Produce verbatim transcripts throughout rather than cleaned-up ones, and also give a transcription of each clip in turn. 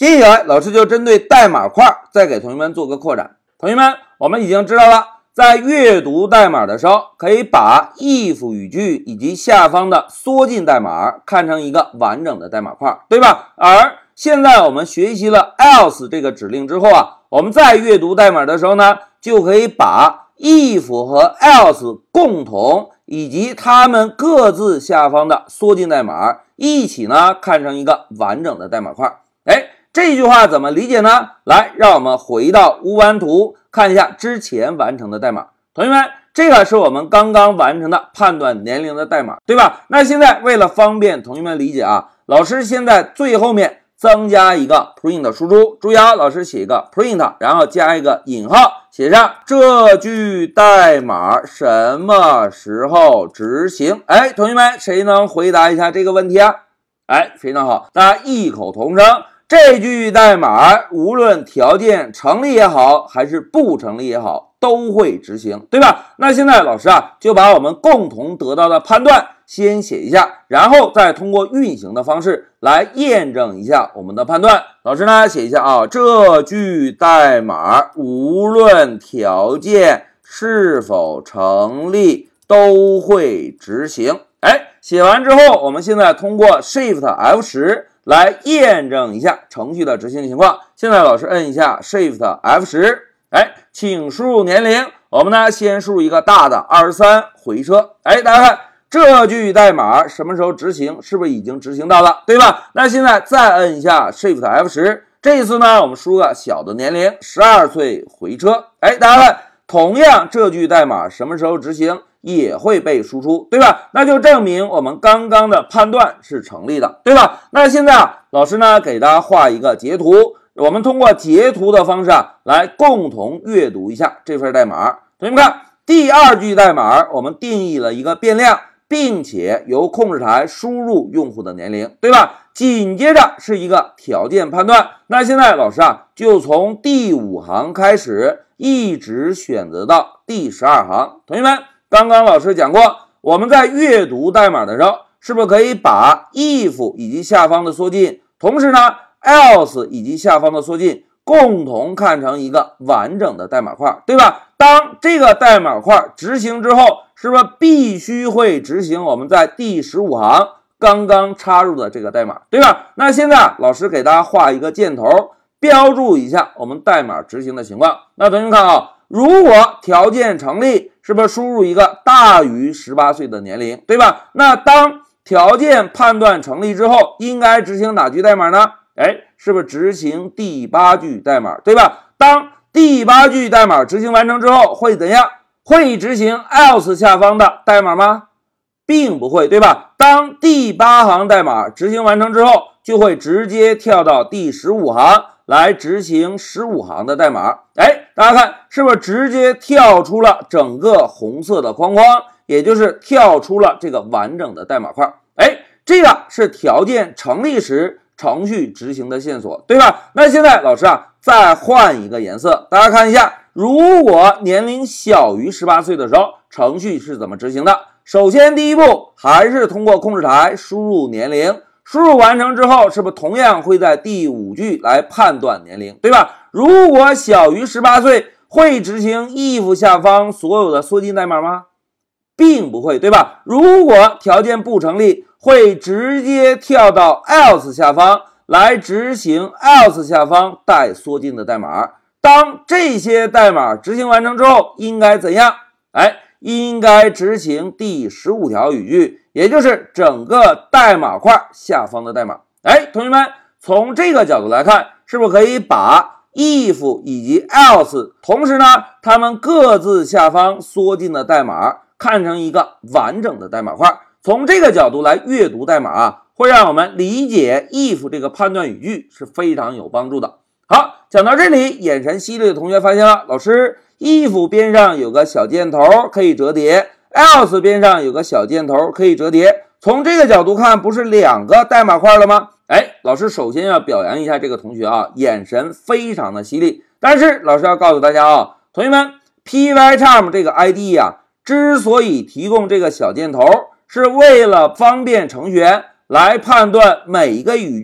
接下来老师就针对代码块再给同学们做个扩展。同学们，我们已经知道了，在阅读代码的时候，可以把 if 语句以及下方的缩进代码看成一个完整的代码块，对吧？而现在我们学习了 else 这个指令之后啊，我们在阅读代码的时候呢，就可以把 if 和 else 共同以及它们各自下方的缩进代码一起呢看成一个完整的代码块。哎，这句话怎么理解呢？来，让我们回到乌弯图看一下之前完成的代码。同学们，这个是我们刚刚完成的判断年龄的代码，对吧？那现在为了方便同学们理解啊，老师现在最后面增加一个 print 输出，注意啊，老师写一个 print， 然后加一个引号，写上这句代码什么时候执行？哎，同学们，谁能回答一下这个问题啊？哎，非常好，大家异口同声，这句代码无论条件成立也好，还是不成立也好，都会执行，对吧？那现在老师啊，就把我们共同得到的判断先写一下，然后再通过运行的方式来验证一下我们的判断。老师呢，写一下啊，这句代码无论条件是否成立，都会执行。哎，写完之后，我们现在通过 Shift F 十 来验证一下程序的执行情况。现在老师摁一下 Shift F 十， 哎，请输入年龄。我们呢先输入一个大的二十三，回车。哎，大家看这句代码什么时候执行？是不是已经执行到了，对吧？那现在再摁一下 Shift F 十， 这一次呢我们输入个小的年龄十二岁，回车。哎，大家看，同样这句代码什么时候执行也会被输出，对吧？那就证明我们刚刚的判断是成立的，对吧？那现在啊，老师呢给大家画一个截图，我们通过截图的方式啊，来共同阅读一下这份代码。同学们看，第二句代码我们定义了一个变量，并且由控制台输入用户的年龄，对吧？紧接着是一个条件判断。那现在老师啊，就从第五行开始，一直选择到第十二行。同学们，刚刚老师讲过，我们在阅读代码的时候，是不是可以把 if 以及下方的缩进，同时呢 else 以及下方的缩进共同看成一个完整的代码块，对吧？当这个代码块执行之后，是不是必须会执行我们在第十五行刚刚插入的这个代码，对吧？那现在老师给大家画一个箭头，标注一下我们代码执行的情况。那同学们看啊，如果条件成立，是不是输入一个大于十八岁的年龄，对吧？那当条件判断成立之后，应该执行哪句代码呢？哎，是不是执行第八句代码，对吧？当第八句代码执行完成之后，会怎样？会执行 else 下方的代码吗？并不会，对吧？当第八行代码执行完成之后，就会直接跳到第十五行来执行十五行的代码。哎，大家看，是不是直接跳出了整个红色的框框，也就是跳出了这个完整的代码块。哎，这个是条件成立时程序执行的线索，对吧？那现在老师啊，再换一个颜色，大家看一下，如果年龄小于十八岁的时候，程序是怎么执行的？首先第一步还是通过控制台输入年龄，输入完成之后，是不是同样会在第五句来判断年龄，对吧？如果小于十八岁，会执行 if 下方所有的缩进代码吗？并不会，对吧？如果条件不成立，会直接跳到 else 下方来执行 else 下方带缩进的代码。当这些代码执行完成之后，应该怎样？哎，应该执行第十五条语句，也就是整个代码块下方的代码。哎，同学们，从这个角度来看，是不是可以把 if 以及 else 同时呢，它们各自下方缩进的代码看成一个完整的代码块？从这个角度来阅读代码啊，会让我们理解 if 这个判断语句是非常有帮助的。好，讲到这里，眼神犀利的同学发现了，老师 if 边上有个小箭头可以折叠， else 边上有个小箭头可以折叠，从这个角度看，不是两个代码块了吗？哎，老师首先要表扬一下这个同学啊，眼神非常的犀利。但是老师要告诉大家啊，同学们 ，Pycharm 这个 I D 啊，之所以提供这个小箭头，是为了方便程序员来判断每一个语句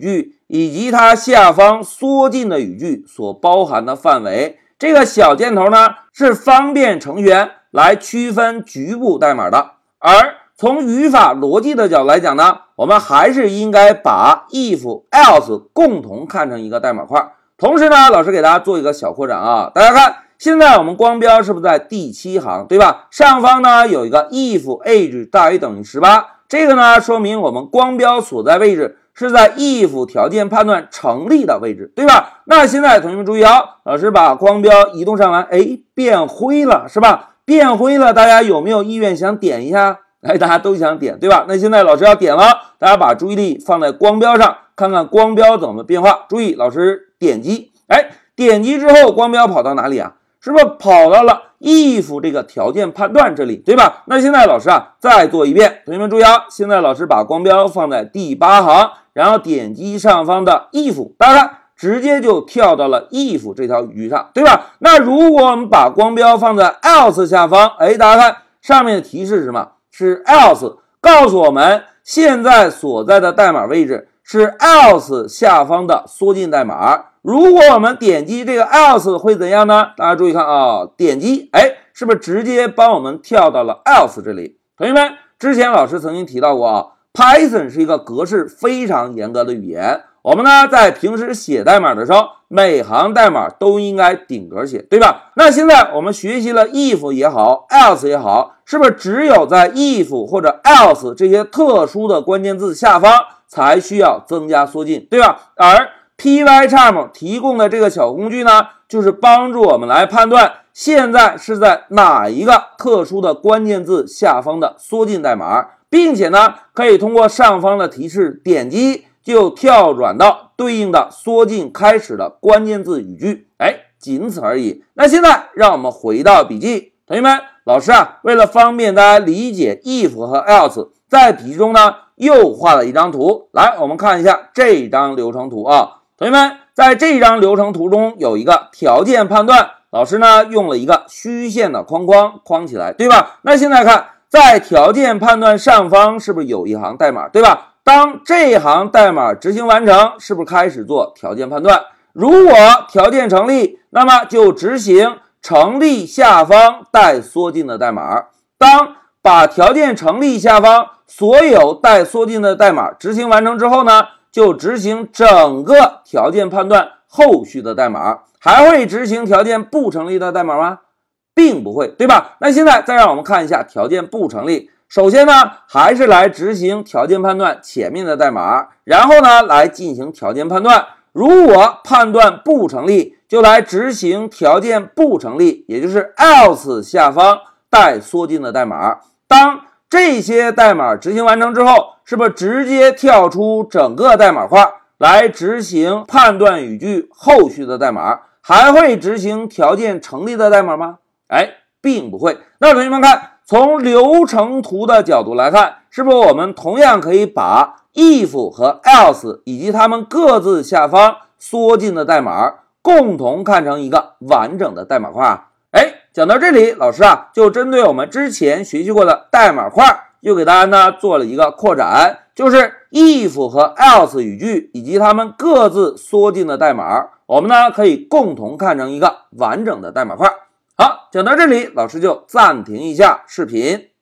以及它下方缩进的语句所包含的范围。这个小箭头呢，是方便程序员来区分局部代码的。而从语法逻辑的角度来讲呢，我们还是应该把 if、else 共同看成一个代码块。同时呢，老师给大家做一个小扩展啊，大家看，现在我们光标是不是在第七行，对吧？上方呢有一个 if age 大于等于十八，这个呢说明我们光标所在位置是在 if 条件判断成立的位置，对吧？那现在同学们注意啊，老师把光标移动上来，哎，变灰了，是吧？变灰了，大家有没有意愿想点一下？哎，大家都想点，对吧？那现在老师要点了，大家把注意力放在光标上，看看光标怎么变化。注意，老师点击，哎，点击之后光标跑到哪里啊？是不是跑到了 if 这个条件判断这里，对吧？那现在老师啊再做一遍，同学们注意啊，现在老师把光标放在第八行，然后点击上方的 if， 大家看直接就跳到了 if 这条语句上，对吧？那如果我们把光标放在 else 下方，哎，大家看上面的提示是什么？是 else， 告诉我们现在所在的代码位置是 else 下方的缩进代码。如果我们点击这个 else 会怎样呢？大家注意看啊，点击，哎，是不是直接帮我们跳到了 else 这里？同学们，之前老师曾经提到过啊 ，Python 是一个格式非常严格的语言。我们呢在平时写代码的时候，每行代码都应该顶格写，对吧？那现在我们学习了 if 也好 else 也好，是不是只有在 if 或者 else 这些特殊的关键字下方才需要增加缩进，对吧？而 Pycharm 提供的这个小工具呢，就是帮助我们来判断现在是在哪一个特殊的关键字下方的缩进代码，并且呢可以通过上方的提示点击就跳转到对应的缩进开始的关键字语句，哎，仅此而已。那现在让我们回到笔记，同学们，老师啊，为了方便大家理解 if 和 else， 在笔记中呢又画了一张图，来，我们看一下这张流程图啊。同学们，在这张流程图中有一个条件判断，老师呢用了一个虚线的框框框起来，对吧？那现在看，在条件判断上方是不是有一行代码，对吧？当这行代码执行完成，是不是开始做条件判断？如果条件成立，那么就执行成立下方带缩进的代码。当把条件成立下方所有带缩进的代码执行完成之后呢，就执行整个条件判断后续的代码。还会执行条件不成立的代码吗？并不会，对吧？那现在再让我们看一下条件不成立。首先呢，还是来执行条件判断前面的代码，然后呢来进行条件判断。如果判断不成立，就来执行条件不成立，也就是 else 下方带缩进的代码。当这些代码执行完成之后，是不是直接跳出整个代码块来执行判断语句后续的代码？还会执行条件成立的代码吗？哎，并不会。那同学们看，从流程图的角度来看，是不是我们同样可以把 if 和 else 以及它们各自下方缩进的代码共同看成一个完整的代码块啊？哎，讲到这里，老师啊就针对我们之前学习过的代码块，又给大家呢做了一个扩展，就是 if 和 else 语句以及它们各自缩进的代码，我们呢可以共同看成一个完整的代码块。好，讲到这里，老师就暂停一下视频。